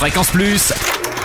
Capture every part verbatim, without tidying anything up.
Fréquence Plus,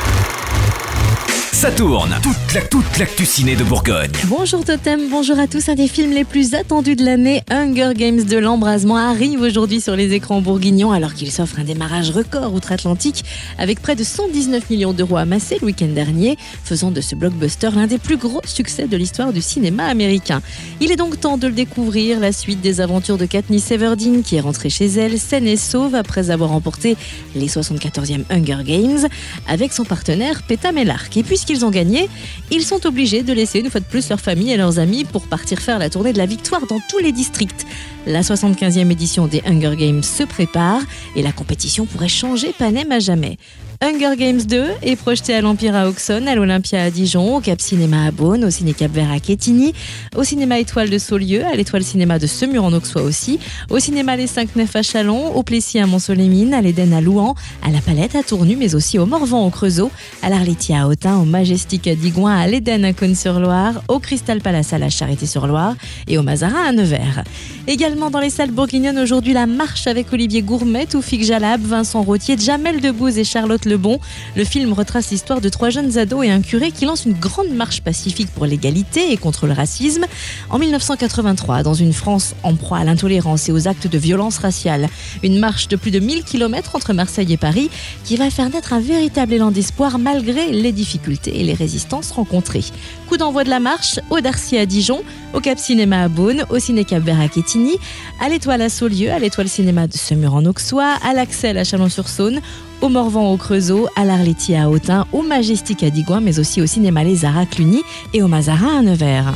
ça tourne. Toute la, toute l'actu ciné de Bourgogne. Bonjour Totem, bonjour à tous. Un des films les plus attendus de l'année, Hunger Games de l'embrasement, arrive aujourd'hui sur les écrans bourguignons alors qu'il s'offre un démarrage record outre-Atlantique avec près de cent dix-neuf millions d'euros amassés le week-end dernier, faisant de ce blockbuster l'un des plus gros succès de l'histoire du cinéma américain. Il est donc temps de le découvrir, la suite des aventures de Katniss Everdeen qui est rentrée chez elle, saine et sauve après avoir remporté les soixante-quatorzième Hunger Games avec son partenaire Peeta Mellark. Et puisqu'ils ont gagné, ils sont obligés de laisser une fois de plus leur famille et leurs amis pour partir faire la tournée de la victoire dans tous les districts. La soixante-quinzième édition des Hunger Games se prépare et la compétition pourrait changer Panem à jamais. Hunger Games deux est projeté à l'Empire à Auxonne, à l'Olympia à Dijon, au Cap Cinéma à Beaune, au Ciné Cap Vert à Quetigny, au Cinéma Étoile de Saulieu, à l'Étoile Cinéma de Semur-en-Auxois aussi, au Cinéma Les cinq neuf à Châlons, au Plessis à Mont-Solémine, à l'Éden à Louhans, à la Palette à Tournu, mais aussi au Morvan au Creusot, à l'Arletia à Autun, au Majestic à Digoin, à l'Éden à Cosne-sur-Loire, au Crystal Palace à la Charité-sur-Loire et au Mazarin à Nevers. Également dans les salles bourguignonnes aujourd'hui, la marche avec Olivier Gourmet, Toufik Jalab, Vincent Rottier, Jamel Debbouze et Charlotte Lebon. Le film retrace l'histoire de trois jeunes ados et un curé qui lancent une grande marche pacifique pour l'égalité et contre le racisme. En dix-neuf cent quatre-vingt-trois, dans une France en proie à l'intolérance et aux actes de violence raciale, une marche de plus de mille kilomètres entre Marseille et Paris qui va faire naître un véritable élan d'espoir malgré les difficultés et les résistances rencontrées. Coup d'envoi de la marche au Darcy à Dijon, au Cap Cinéma à Beaune, au Ciné Cap Vert à Quetigny, à l'Étoile à Saulieu, à l'Étoile Cinéma de Semur-en-Auxois, à l'Axel à Chalon-sur-Saône, au Morvan au Creusot, à l'Arletia à Autun, au Majestic à Digoin, mais aussi au Cinéma Les Arts à Cluny et au Mazarin à Nevers.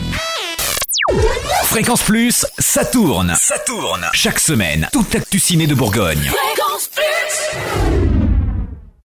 Fréquence Plus, ça tourne. Ça tourne. Chaque semaine, toute l'actu ciné de Bourgogne.